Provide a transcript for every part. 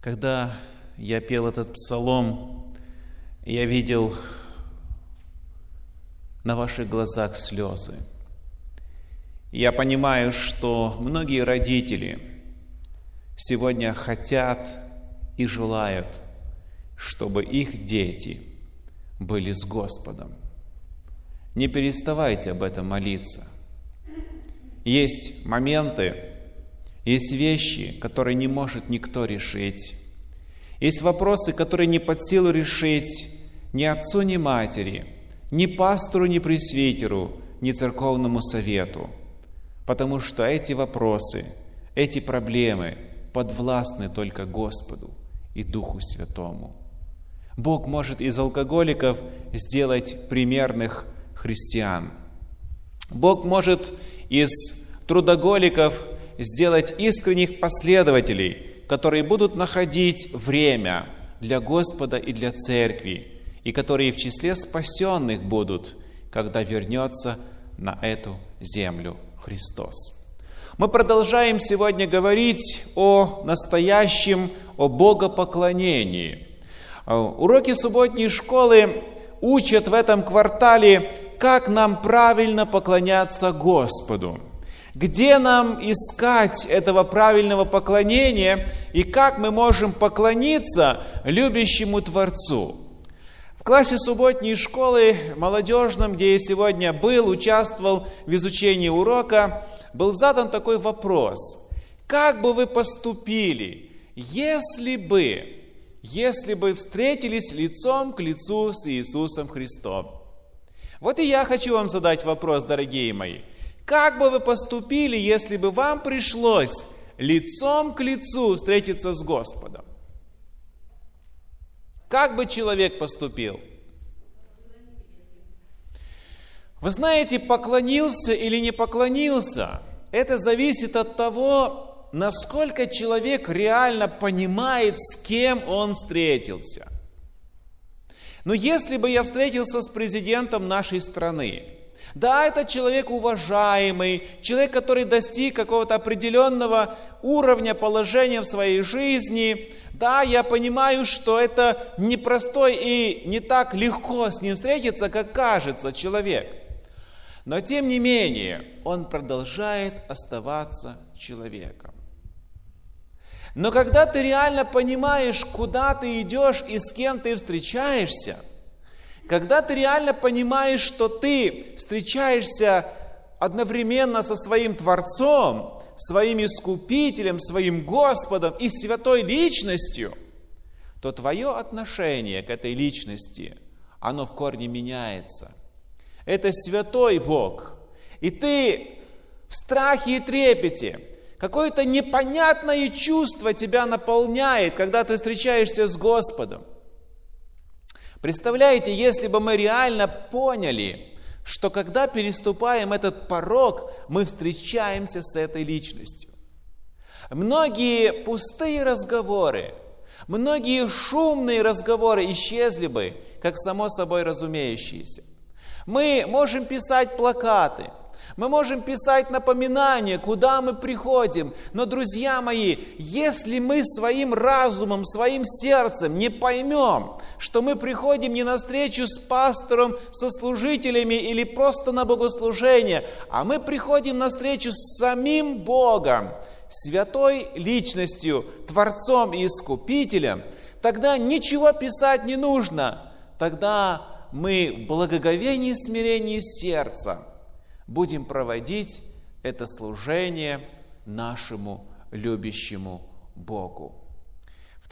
Когда я пел этот псалом, я видел на ваших глазах слезы. Я понимаю, что многие родители сегодня хотят и желают, чтобы их дети были с Господом. Не переставайте об этом молиться. Есть моменты, есть вещи, которые не может никто решить. Есть вопросы, которые не под силу решить ни отцу, ни матери, ни пастору, ни пресвитеру, ни церковному совету. Потому что эти вопросы, эти проблемы подвластны только Господу и Духу Святому. Бог может из алкоголиков сделать примерных христиан. Бог может из трудоголиков сделать искренних последователей, которые будут находить время для Господа и для Церкви, и которые в числе спасенных будут, когда вернется на эту землю Христос. Мы продолжаем сегодня говорить о настоящем, о богопоклонении. Уроки субботней школы учат в этом квартале, как нам правильно поклоняться Господу, где нам искать этого правильного поклонения и как мы можем поклониться любящему Творцу. В классе субботней школы молодежном, где я сегодня был, участвовал в изучении урока, был задан такой вопрос: как бы вы поступили, если бы встретились лицом к лицу с Иисусом Христом? Вот и я хочу вам задать вопрос, дорогие мои. Как бы вы поступили, если бы вам пришлось лицом к лицу встретиться с Господом? Как бы человек поступил? Вы знаете, поклонился или не поклонился, это зависит от того, насколько человек реально понимает, с кем он встретился. Но если бы я встретился с президентом нашей страны, да, это человек уважаемый, человек, который достиг какого-то определенного уровня положения в своей жизни. Да, я понимаю, что это непростой и не так легко с ним встретиться, как кажется человек. Но тем не менее, он продолжает оставаться человеком. Но когда ты реально понимаешь, куда ты идешь и с кем ты встречаешься, когда ты реально понимаешь, что ты встречаешься одновременно со своим Творцом, своим Искупителем, своим Господом и святой личностью, то твое отношение к этой личности, оно в корне меняется. Это святой Бог. И ты в страхе и трепете, какое-то непонятное чувство тебя наполняет, когда ты встречаешься с Господом. Представляете, если бы мы реально поняли, что когда переступаем этот порог, мы встречаемся с этой личностью. Многие пустые разговоры, многие шумные разговоры исчезли бы, как само собой разумеющиеся. Мы можем писать плакаты, мы можем писать напоминания, куда мы приходим. Но, друзья мои, если мы своим разумом, своим сердцем не поймем, что мы приходим не на встречу с пастором, со служителями или просто на богослужение, а мы приходим на встречу с самим Богом, святой личностью, Творцом и Искупителем, тогда ничего писать не нужно. Тогда мы в благоговении и смирении сердца будем проводить это служение нашему любящему Богу. В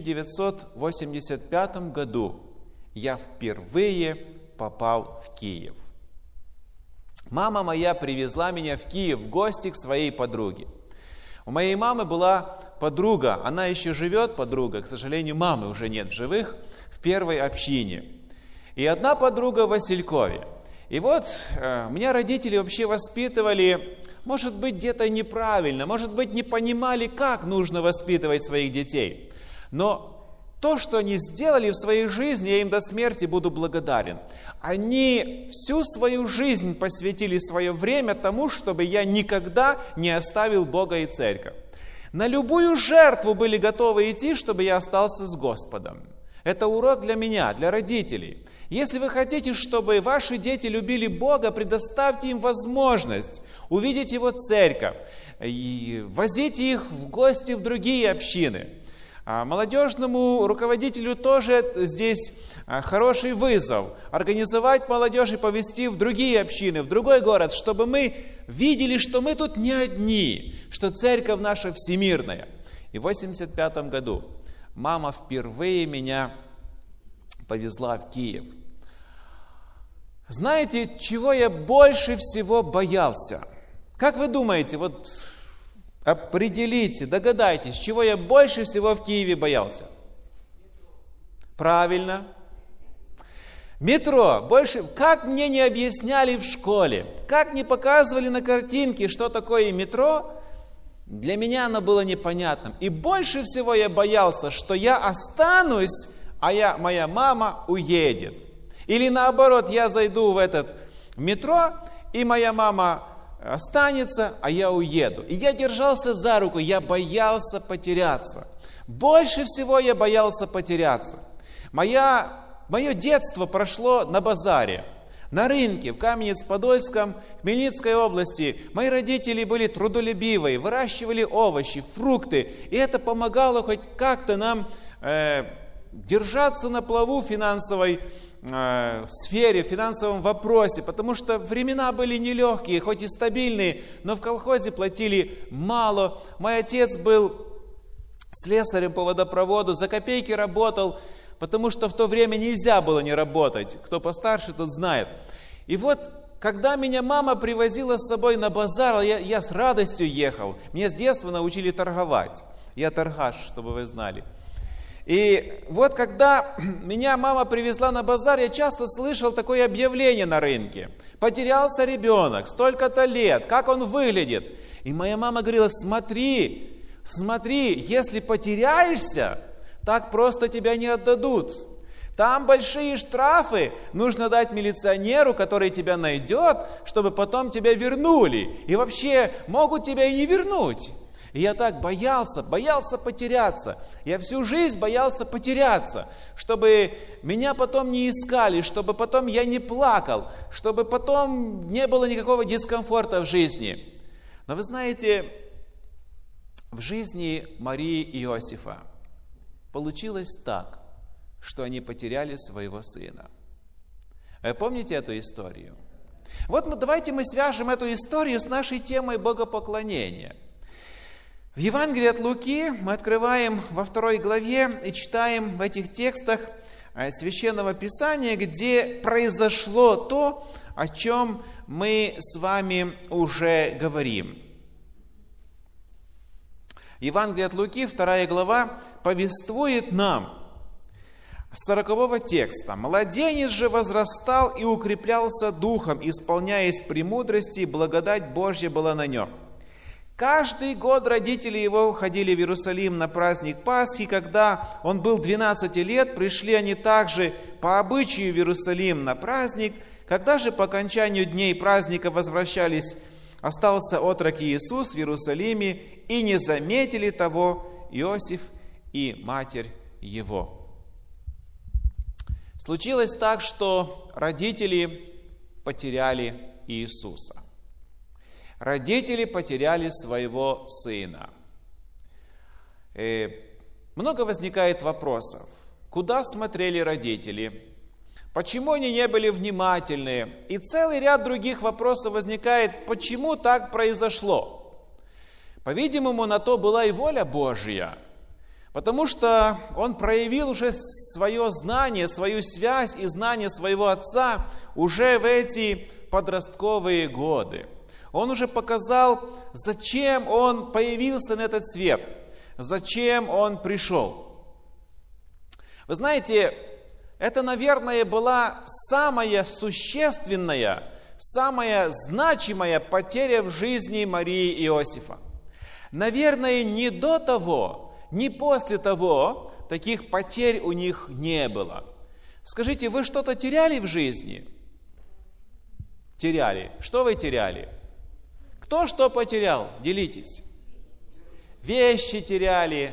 1985 году я впервые попал в Киев. Мама моя привезла меня в Киев в гости к своей подруге. У моей мамы была подруга, она еще живет, подруга, к сожалению, мамы уже нет в живых, в первой общине. И одна подруга в Василькове. И вот меня родители вообще воспитывали, может быть, где-то неправильно, может быть, не понимали, как нужно воспитывать своих детей. Но то, что они сделали в своей жизни, я им до смерти буду благодарен. Они всю свою жизнь посвятили свое время тому, чтобы я никогда не оставил Бога и Церковь. На любую жертву были готовы идти, чтобы я остался с Господом. Это урок для меня, для родителей. Если вы хотите, чтобы ваши дети любили Бога, предоставьте им возможность увидеть Его церковь, и возите их в гости в другие общины. А молодежному руководителю тоже здесь хороший вызов – организовать молодежь и повести в другие общины, в другой город, чтобы мы видели, что мы тут не одни, что церковь наша всемирная. И в 1985 году мама впервые меня повезла в Киев. Знаете, чего я больше всего боялся? Как вы думаете, вот определите, догадайтесь, чего я больше всего в Киеве боялся? Правильно. Метро. Больше, как мне не объясняли в школе, как не показывали на картинке, что такое метро, для меня оно было непонятным. И больше всего я боялся, что я останусь, а моя мама уедет. Или наоборот, я зайду в этот метро, и моя мама останется, а я уеду. И я держался за руку, я боялся потеряться. Больше всего я боялся потеряться. Мое детство прошло на базаре, на рынке в Каменец-Подольском, Хмельницкой области. Мои родители были трудолюбивые, выращивали овощи, фрукты. И это помогало хоть как-то нам держаться на плаву в финансовой сфере, в финансовом вопросе, потому что времена были нелегкие, хоть и стабильные, но в колхозе платили мало. Мой отец был слесарем по водопроводу, за копейки работал, потому что в то время нельзя было не работать. Кто постарше, тот знает. И вот, когда меня мама привозила с собой на базар, я с радостью ехал. Меня с детства научили торговать. Я торгаш, чтобы вы знали. И вот когда меня мама привезла на базар, я часто слышал такое объявление на рынке. Потерялся ребенок, столько-то лет, как он выглядит. И моя мама говорила: смотри, если потеряешься, так просто тебя не отдадут. Там большие штрафы, нужно дать милиционеру, который тебя найдет, чтобы потом тебя вернули. И вообще могут тебя и не вернуть. И я так боялся потеряться. Я всю жизнь боялся потеряться, чтобы меня потом не искали, чтобы потом я не плакал, чтобы потом не было никакого дискомфорта в жизни. Но вы знаете, в жизни Марии и Иосифа получилось так, что они потеряли своего сына. Вы помните эту историю? Вот давайте мы свяжем эту историю с нашей темой богопоклонения. В Евангелии от Луки мы открываем во 2 главе и читаем в этих текстах Священного Писания, где произошло то, о чем мы с вами уже говорим. Евангелие от Луки, 2 глава, повествует нам с 40 текста. «Младенец же возрастал и укреплялся духом, исполняясь премудрости, и благодать Божья была на нем. Каждый год родители его ходили в Иерусалим на праздник Пасхи. Когда он был 12 лет, пришли они также по обычаю в Иерусалим на праздник. Когда же по окончанию дней праздника возвращались, остался отрок Иисус в Иерусалиме, и не заметили того Иосиф и матерь его». Случилось так, что родители потеряли Иисуса. Родители потеряли своего сына. Много возникает вопросов. Куда смотрели родители? Почему они не были внимательны? И целый ряд других вопросов возникает, почему так произошло. По-видимому, на то была и воля Божья, потому что он проявил уже свое знание, свою связь и знание своего отца уже в эти подростковые годы. Он уже показал, зачем он появился на этот свет, зачем он пришел. Вы знаете, это, наверное, была самая существенная, самая значимая потеря в жизни Марии и Иосифа. Наверное, ни до того, ни после того таких потерь у них не было. Скажите, вы что-то теряли в жизни? Теряли. Что вы теряли? Кто что потерял? Делитесь. вещи теряли,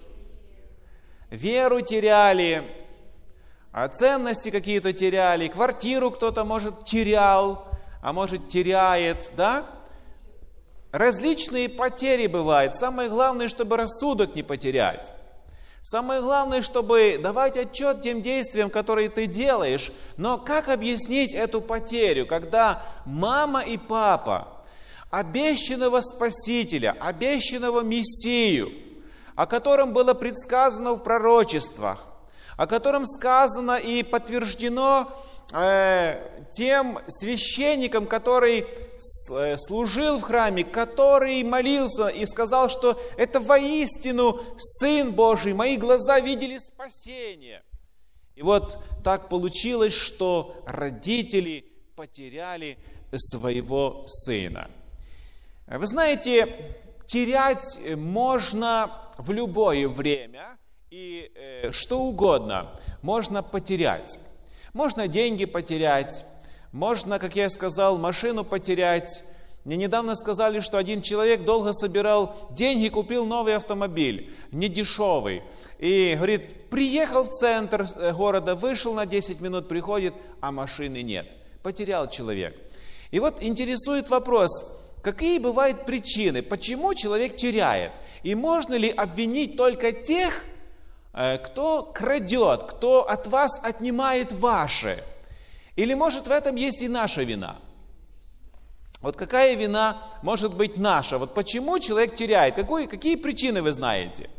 веру теряли, ценности какие-то теряли, квартиру кто-то, может, терял, а может, теряет, да? Различные потери бывают. Самое главное, чтобы рассудок не потерять. Самое главное, чтобы давать отчет тем действиям, которые ты делаешь. Но как объяснить эту потерю, когда мама и папа обещанного Спасителя, обещанного Мессию, о котором было предсказано в пророчествах, о котором сказано и подтверждено тем священником, который служил в храме, который молился и сказал, что это воистину Сын Божий, мои глаза видели спасение. И вот так получилось, что родители потеряли своего сына. Вы знаете, терять можно в любое время и что угодно можно потерять. Можно деньги потерять, можно, как я сказал, машину потерять. Мне недавно сказали, что один человек долго собирал деньги, купил новый автомобиль, недешевый. И, говорит, приехал в центр города, вышел на 10 минут, приходит, а машины нет. Потерял человек. И вот интересует вопрос, какие бывают причины, почему человек теряет? И можно ли обвинить только тех, кто крадет, кто от вас отнимает ваше? Или, может, в этом есть и наша вина? Вот какая вина может быть наша? Вот почему человек теряет? Какие причины вы знаете?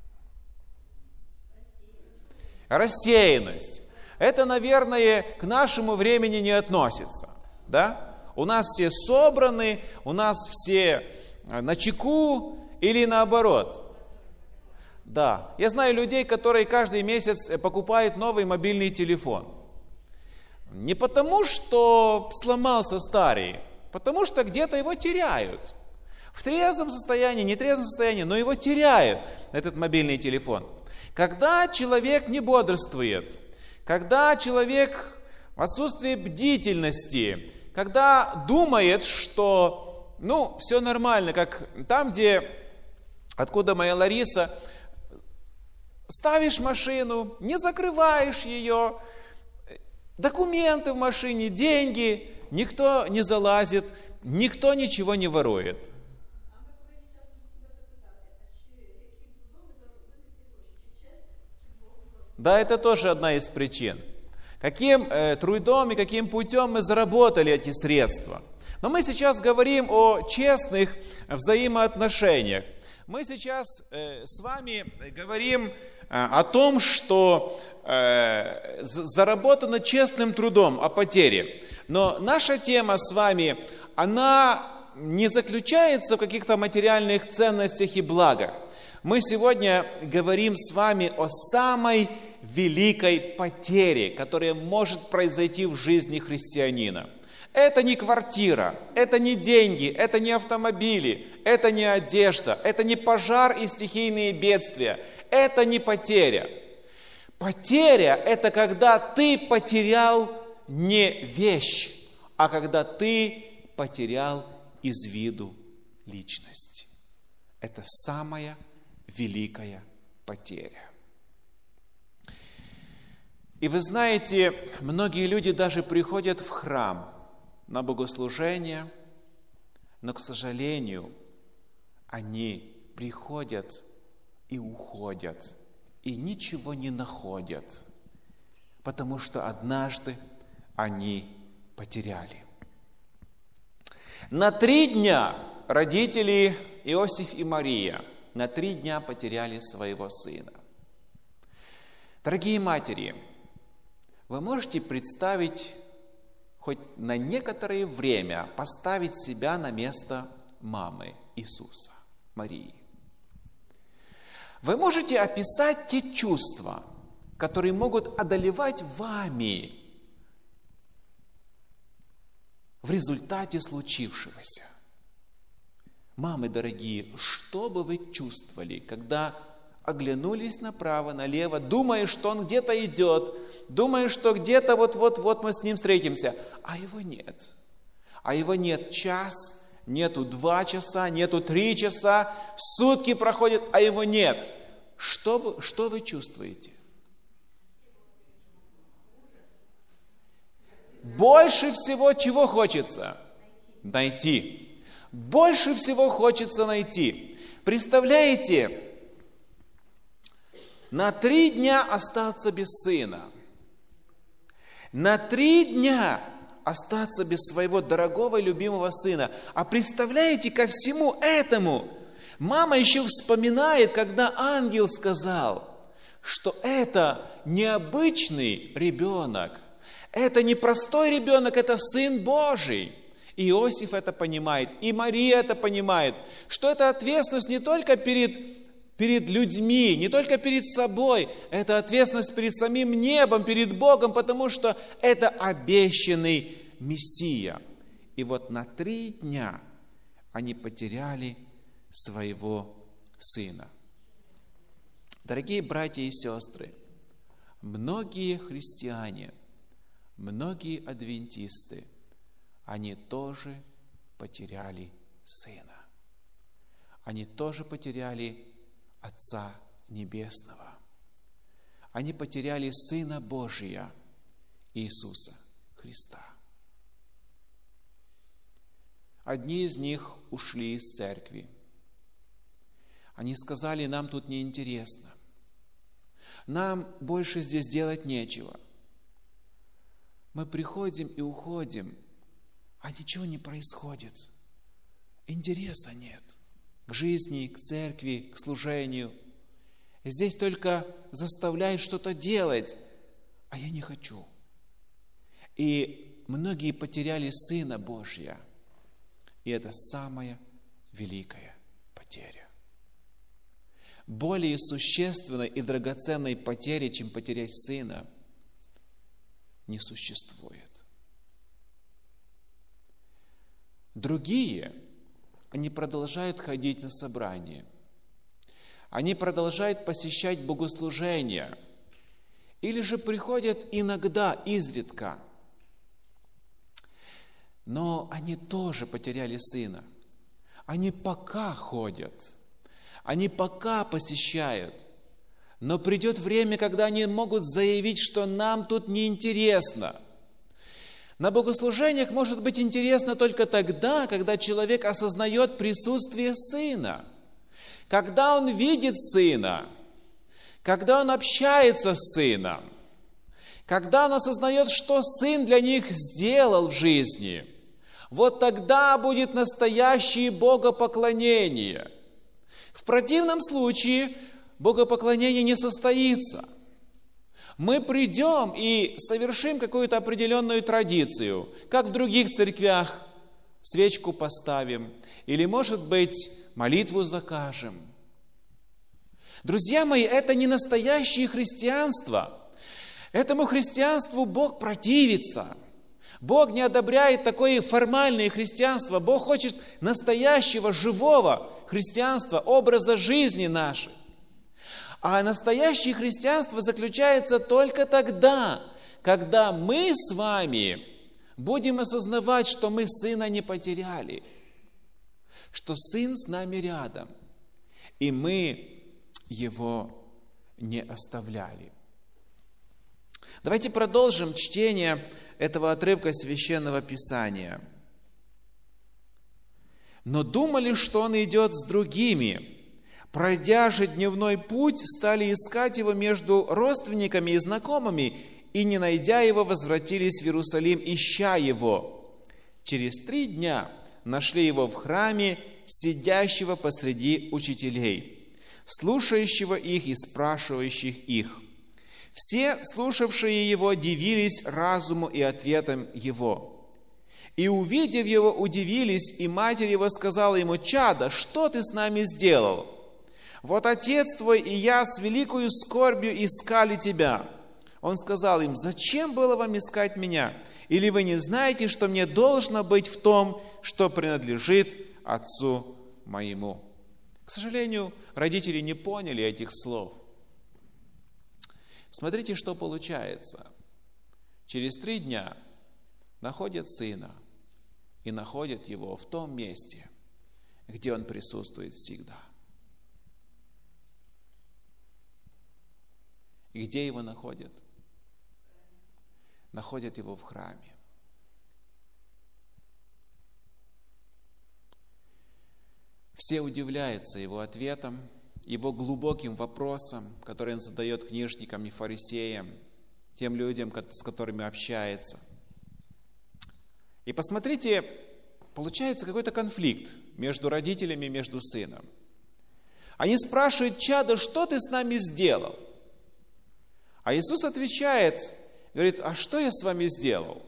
Рассеянность. Это, наверное, к нашему времени не относится. Да? У нас все собраны, у нас все начеку или наоборот. Да, я знаю людей, которые каждый месяц покупают новый мобильный телефон. Не потому, что сломался старый, потому что где-то его теряют. В трезвом состоянии, нетрезвом состоянии, но его теряют, этот мобильный телефон. Когда человек не бодрствует, когда человек в отсутствии бдительности, когда думает, что, все нормально, как там, откуда моя Лариса, ставишь машину, не закрываешь ее, документы в машине, деньги, никто не залазит, никто ничего не ворует. Да, это тоже одна из причин. Каким трудом и каким путем мы заработали эти средства. Но мы сейчас говорим о честных взаимоотношениях. Мы сейчас с вами говорим о том, что заработано честным трудом, о потере. Но наша тема с вами, она не заключается в каких-то материальных ценностях и благах. Мы сегодня говорим с вами о самой великой потере, которая может произойти в жизни христианина. Это не квартира, это не деньги, это не автомобили, это не одежда, это не пожар и стихийные бедствия, это не потеря. Потеря – это когда ты потерял не вещь, а когда ты потерял из виду личность. Это самая великая потеря. И вы знаете, многие люди даже приходят в храм на богослужение, но, к сожалению, они приходят и уходят, и ничего не находят, потому что однажды они потеряли. На 3 дня родители Иосиф и Мария на 3 дня потеряли своего сына. Дорогие матери, вы можете представить, хоть на некоторое время поставить себя на место мамы Иисуса, Марии? Вы можете описать те чувства, которые могут одолевать вами в результате случившегося? Мамы дорогие, что бы вы чувствовали, когда оглянулись направо, налево, думая, что он где-то идет, думая, что где-то вот-вот-вот мы с ним встретимся, а его нет. А его нет час, Нету 2 часа, нету 3 часа, сутки проходят, а его нет. Что вы чувствуете? Больше всего чего хочется? Найти. Больше всего хочется найти. Представляете, на 3 дня остаться без сына. На 3 дня остаться без своего дорогого и любимого сына. А представляете, ко всему этому мама еще вспоминает, когда ангел сказал, что это необычный ребенок. Это не простой ребенок, это Сын Божий. И Иосиф это понимает, и Мария это понимает, что это ответственность не только перед людьми, не только перед собой, это ответственность перед самим небом, перед Богом, потому что это обещанный Мессия. И вот на 3 дня они потеряли своего сына. Дорогие братья и сестры, многие христиане, многие адвентисты, они тоже потеряли сына. Они тоже потеряли Отца Небесного. Они потеряли Сына Божия, Иисуса Христа. Одни из них ушли из церкви. Они сказали, нам тут неинтересно. Нам больше здесь делать нечего. Мы приходим и уходим, а ничего не происходит. Интереса нет к жизни, к церкви, к служению. Здесь только заставляют что-то делать, а я не хочу. И многие потеряли Сына Божия. И это самая великая потеря. Более существенной и драгоценной потери, чем потерять сына, не существует. Другие, они продолжают ходить на собрания. Они продолжают посещать богослужения. Или же приходят иногда, изредка. Но они тоже потеряли сына. Они пока ходят. Они пока посещают. Но придет время, когда они могут заявить, что нам тут неинтересно. На богослужениях может быть интересно только тогда, когда человек осознает присутствие Сына. Когда он видит Сына. Когда он общается с Сыном. Когда он осознает, что Сын для них сделал в жизни. Вот тогда будет настоящее богопоклонение. В противном случае богопоклонение не состоится. Мы придем и совершим какую-то определенную традицию, как в других церквях, свечку поставим, или, может быть, молитву закажем. Друзья мои, это не настоящее христианство. Этому христианству Бог противится. Бог не одобряет такое формальное христианство. Бог хочет настоящего, живого христианства, образа жизни нашей. А настоящее христианство заключается только тогда, когда мы с вами будем осознавать, что мы Сына не потеряли, что Сын с нами рядом, и мы Его не оставляли. Давайте продолжим чтение этого отрывка Священного Писания. «Но думали, что Он идет с другими. Пройдя же дневной путь, стали искать Его между родственниками и знакомыми, и, не найдя Его, возвратились в Иерусалим, ища Его. Через 3 дня нашли Его в храме, сидящего посреди учителей, слушающего их и спрашивающих их. Все, слушавшие Его, дивились разуму и ответам Его. И, увидев Его, удивились, и матерь Его сказала Ему: «Чадо, что ты с нами сделал? Вот отец твой и я с великою скорбью искали тебя». Он сказал им: «Зачем было вам искать меня? Или вы не знаете, что мне должно быть в том, что принадлежит отцу моему?» К сожалению, родители не поняли этих слов. Смотрите, что получается. Через 3 дня находят сына и находят Его в том месте, где Он присутствует всегда. И где Его находят? Находят Его в храме. Все удивляются Его ответом, Его глубоким вопросом, который Он задает книжникам и фарисеям, тем людям, с которыми общается. И посмотрите, получается какой-то конфликт между родителями и между сыном. Они спрашивают: чадо, что ты с нами сделал? А Иисус отвечает, говорит: а что я с вами сделал?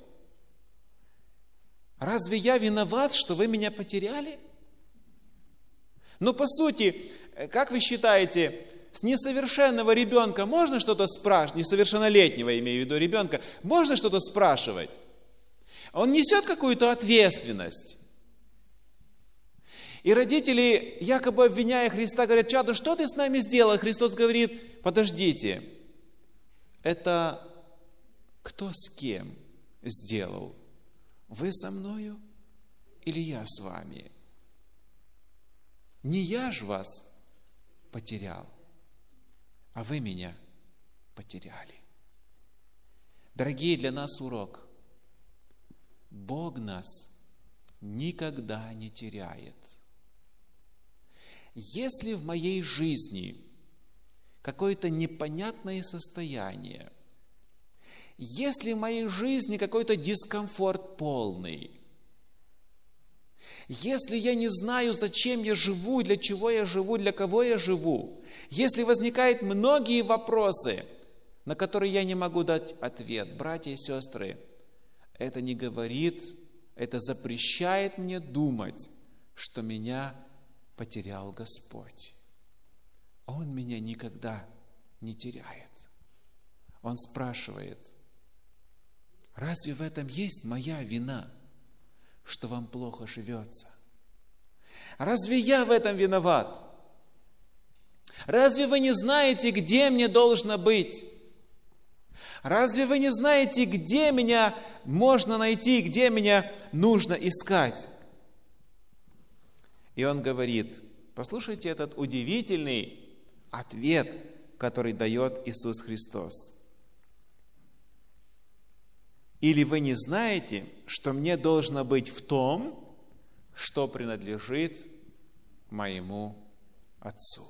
Разве я виноват, что вы меня потеряли? Ну, по сути, как вы считаете, с несовершенного ребенка можно что-то спрашивать, несовершеннолетнего, имею в виду ребенка, можно что-то спрашивать? Он несет какую-то ответственность. И родители, якобы обвиняя Христа, говорят: чадо, что ты с нами сделал? Христос говорит: подождите, это кто с кем сделал? Вы со мною или я с вами? Не я ж вас потерял, а вы меня потеряли. Дорогие, для нас урок. Бог нас никогда не теряет. Если в моей жизни какое-то непонятное состояние, если в моей жизни какой-то дискомфорт полный, если я не знаю, зачем я живу, для чего я живу, для кого я живу, если возникают многие вопросы, на которые я не могу дать ответ, братья и сестры, это не говорит, это запрещает мне думать, что меня потерял Господь. Он меня никогда не теряет. Он спрашивает: разве в этом есть моя вина, что вам плохо живется? Разве я в этом виноват? Разве вы не знаете, где мне должно быть? Разве вы не знаете, где меня можно найти, где меня нужно искать? И он говорит, послушайте этот удивительный ответ, который дает Иисус Христос. Или вы не знаете, что мне должно быть в том, что принадлежит моему Отцу?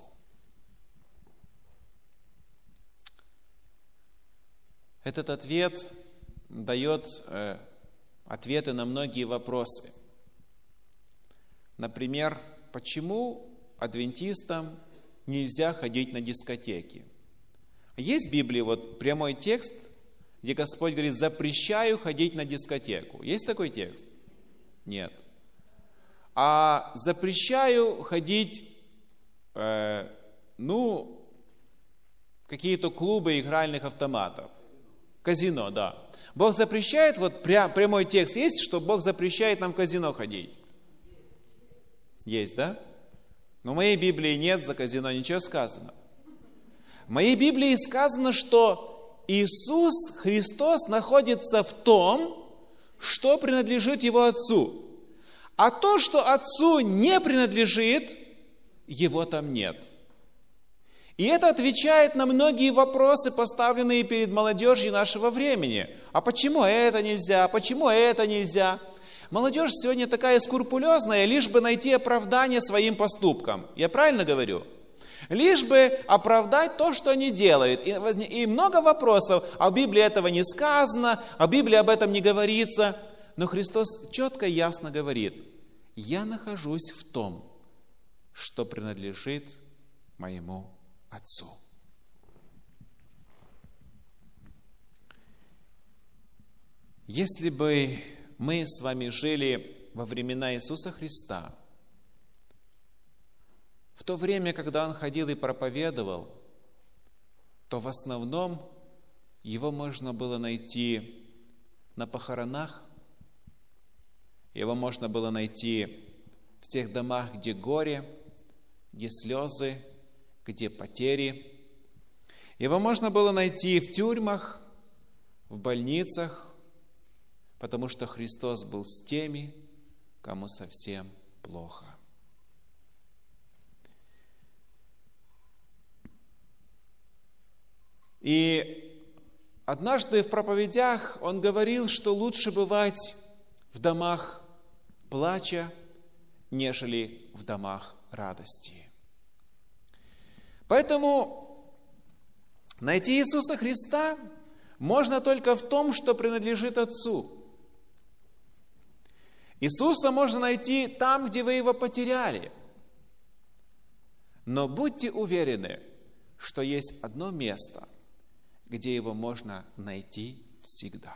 Этот ответ дает ответы на многие вопросы. Например, почему адвентистам нельзя ходить на дискотеки? Есть в Библии вот прямой текст, где Господь говорит: запрещаю ходить на дискотеку. Есть такой текст? Нет. А запрещаю ходить, какие-то клубы игральных автоматов. Казино, да. Бог запрещает, вот прямой текст есть, что Бог запрещает нам в казино ходить? Есть, да? Но в моей Библии нет за казино ничего сказано. В моей Библии сказано, что Иисус Христос находится в том, что принадлежит Его Отцу. А то, что Отцу не принадлежит, Его там нет. И это отвечает на многие вопросы, поставленные перед молодежью нашего времени. А почему это нельзя? Почему это нельзя? Молодежь сегодня такая скрупулезная, лишь бы найти оправдание своим поступкам. Я правильно говорю? Лишь бы оправдать то, что они делают. И много вопросов. А в Библии этого не сказано, а в Библии об этом не говорится. Но Христос четко и ясно говорит: я нахожусь в том, что принадлежит моему Отцу. Если бы мы с вами жили во времена Иисуса Христа, в то время, когда Он ходил и проповедовал, то в основном Его можно было найти на похоронах, Его можно было найти в тех домах, где горе, где слезы, где потери. Его можно было найти в тюрьмах, в больницах, потому что Христос был с теми, кому совсем плохо. И однажды в проповедях он говорил, что лучше бывать в домах плача, нежели в домах радости. Поэтому найти Иисуса Христа можно только в том, что принадлежит Отцу. Иисуса можно найти там, где вы его потеряли. Но будьте уверены, что есть одно место, где его можно найти всегда.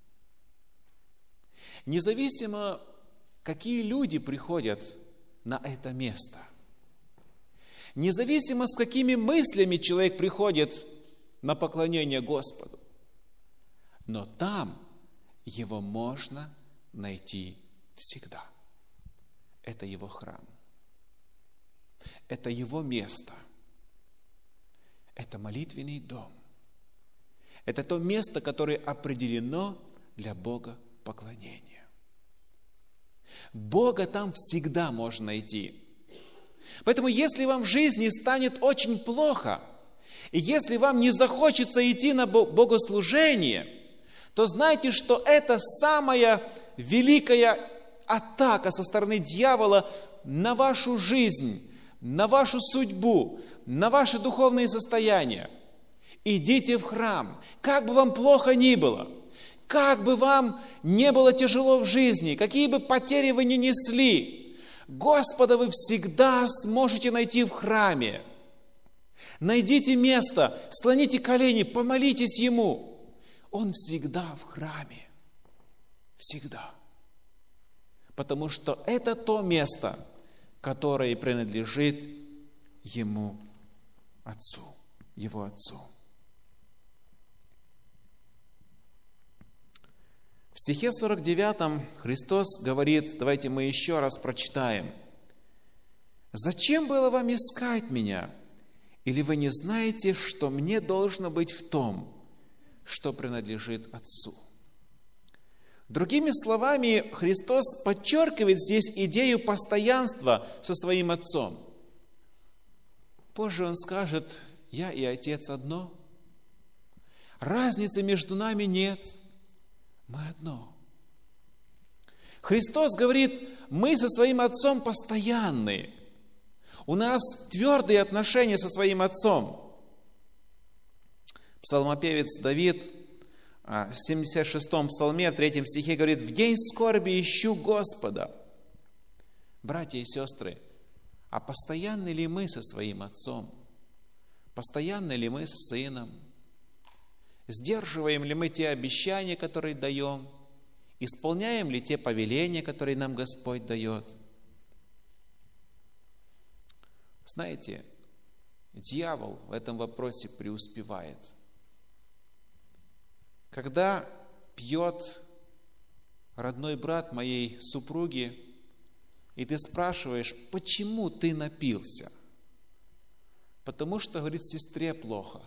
Независимо, какие люди приходят на это место, независимо, с какими мыслями человек приходит на поклонение Господу, но там его можно найти всегда. Это его храм. Это его место. Это молитвенный дом. Это то место, которое определено для Бога поклонения. Бога там всегда можно найти. Поэтому, если вам в жизни станет очень плохо, и если вам не захочется идти на богослужение, то знайте, что это самая великая атака со стороны дьявола на вашу жизнь, на вашу судьбу, на ваши духовные состояния. Идите в храм, как бы вам плохо ни было, как бы вам не было тяжело в жизни, какие бы потери вы ни несли, Господа вы всегда сможете найти в храме. Найдите место, склоните колени, помолитесь Ему. Он всегда в храме. Всегда. Потому что это то место, которое принадлежит Ему, Отцу, Его Отцу. В стихе 49 Христос говорит, давайте мы еще раз прочитаем. «Зачем было вам искать Меня? Или вы не знаете, что Мне должно быть в том, что принадлежит Отцу?» Другими словами, Христос подчеркивает здесь идею постоянства со Своим Отцом. Позже Он скажет, «Я и Отец одно». Разницы между нами нет. Мы одно. Христос говорит, мы со Своим Отцом постоянные. У нас твердые отношения со Своим Отцом. Псалмопевец Давид в 76-м псалме, в 3 стихе говорит, «В день скорби ищу Господа». Братья и сестры, а постоянны ли мы со Своим Отцом? Постоянны ли мы с Сыном? Сдерживаем ли мы те обещания, которые даем? Исполняем ли те повеления, которые нам Господь дает? Знаете, дьявол в этом вопросе преуспевает. Когда пьет родной брат моей супруги, и ты спрашиваешь, почему ты напился? Потому что, говорит, сестре плохо.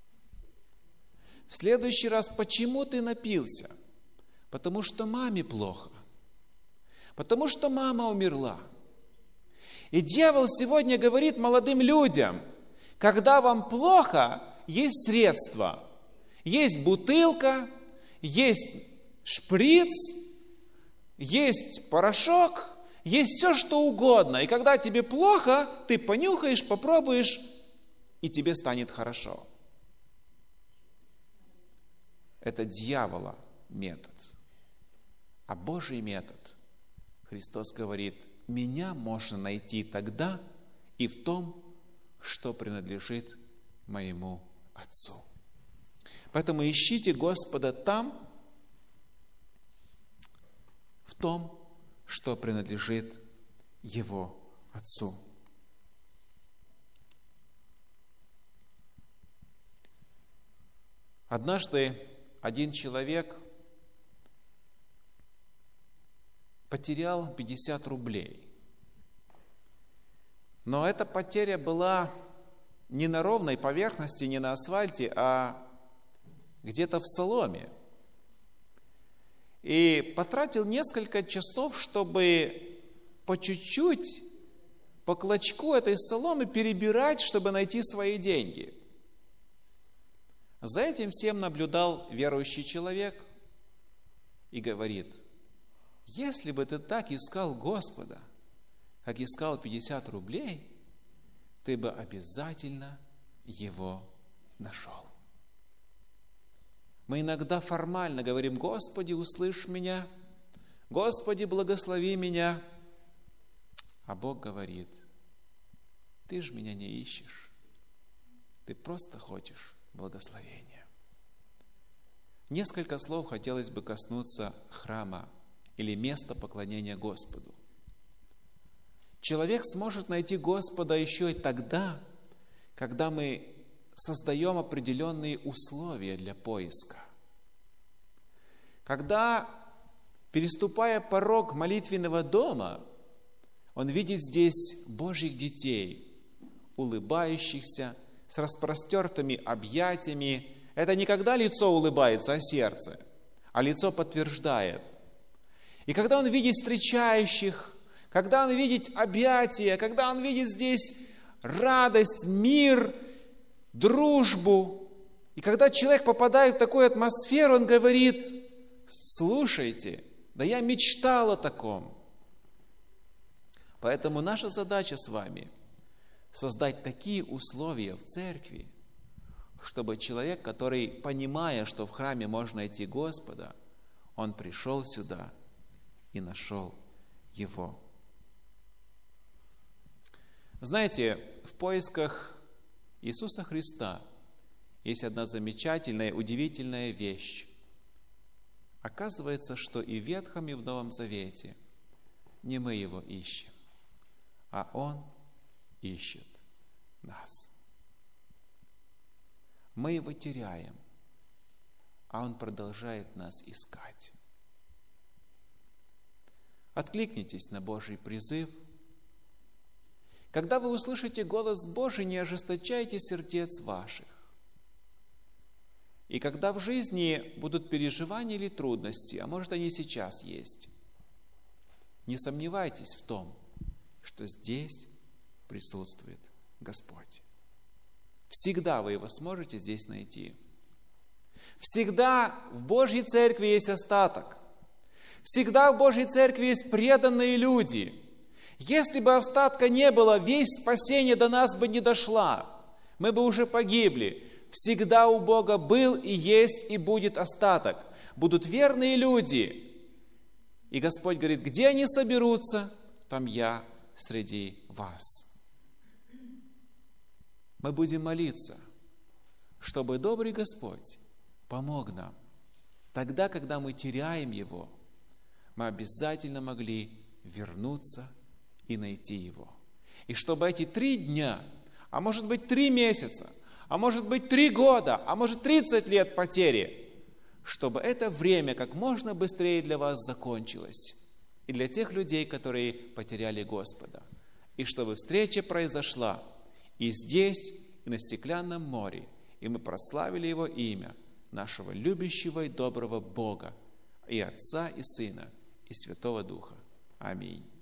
В следующий раз, почему ты напился? Потому что маме плохо. Потому что мама умерла. И дьявол сегодня говорит молодым людям, когда вам плохо, есть средства. Есть бутылка, есть шприц, есть порошок, есть все, что угодно. И когда тебе плохо, ты понюхаешь, попробуешь, и тебе станет хорошо. Это дьявола метод. А Божий метод, Христос говорит, меня можно найти тогда и в том, что принадлежит моему Отцу. Поэтому ищите Господа там, в том, что принадлежит Его Отцу. Однажды один человек потерял 50 рублей. Но эта потеря была не на ровной поверхности, не на асфальте, а где-то в соломе. и потратил несколько часов, чтобы по чуть-чуть, по клочку этой соломы перебирать, чтобы найти свои деньги. За этим всем наблюдал верующий человек и говорит: если бы ты так искал Господа, как искал 50 рублей, ты бы обязательно его нашел. Мы иногда формально говорим: Господи, услышь меня, Господи, благослови меня. А Бог говорит: ты же меня не ищешь, ты просто хочешь благословения. Несколько слов хотелось бы коснуться храма или места поклонения Господу. Человек сможет найти Господа еще и тогда, когда мы создаем определенные условия для поиска. Когда, переступая порог молитвенного дома, он видит здесь Божьих детей, улыбающихся, с распростертыми объятиями. Это не когда лицо улыбается, а сердце, а лицо подтверждает. И когда он видит встречающих, когда он видит объятия, когда он видит здесь радость, мир, дружбу, и когда человек попадает в такую атмосферу, он говорит: слушайте, да я мечтал о таком. Поэтому наша задача с вами – создать такие условия в церкви, чтобы человек, который, понимая, что в храме можно найти Господа, он пришел сюда и нашел Его. Знаете, в поисках Иисуса Христа есть одна замечательная, удивительная вещь. Оказывается, что и в Ветхом, и в Новом Завете не мы Его ищем, а Он ищет нас. Мы Его теряем, а Он продолжает нас искать. Откликнитесь на Божий призыв. Когда вы услышите голос Божий, не ожесточайте сердец ваших. И когда в жизни будут переживания или трудности, а может они сейчас есть, не сомневайтесь в том, что здесь присутствует Господь. Всегда вы Его сможете здесь найти. Всегда в Божьей Церкви есть остаток. Всегда в Божьей Церкви есть преданные люди. Если бы остатка не было, весть спасения до нас бы не дошла. Мы бы уже погибли. Всегда у Бога был и есть и будет остаток. Будут верные люди. И Господь говорит: где они соберутся, там я среди вас. Мы будем молиться, чтобы добрый Господь помог нам. Тогда, когда мы теряем Его, мы обязательно могли вернуться и найти Его. И чтобы эти 3 дня, а может быть 3 месяца, а может быть 3 года, а может 30 лет потери, чтобы это время как можно быстрее для вас закончилось. И для тех людей, которые потеряли Господа. И чтобы встреча произошла и здесь, и на Стеклянном море, и мы прославили Его имя, нашего любящего и доброго Бога, и Отца, и Сына, и Святого Духа. Аминь.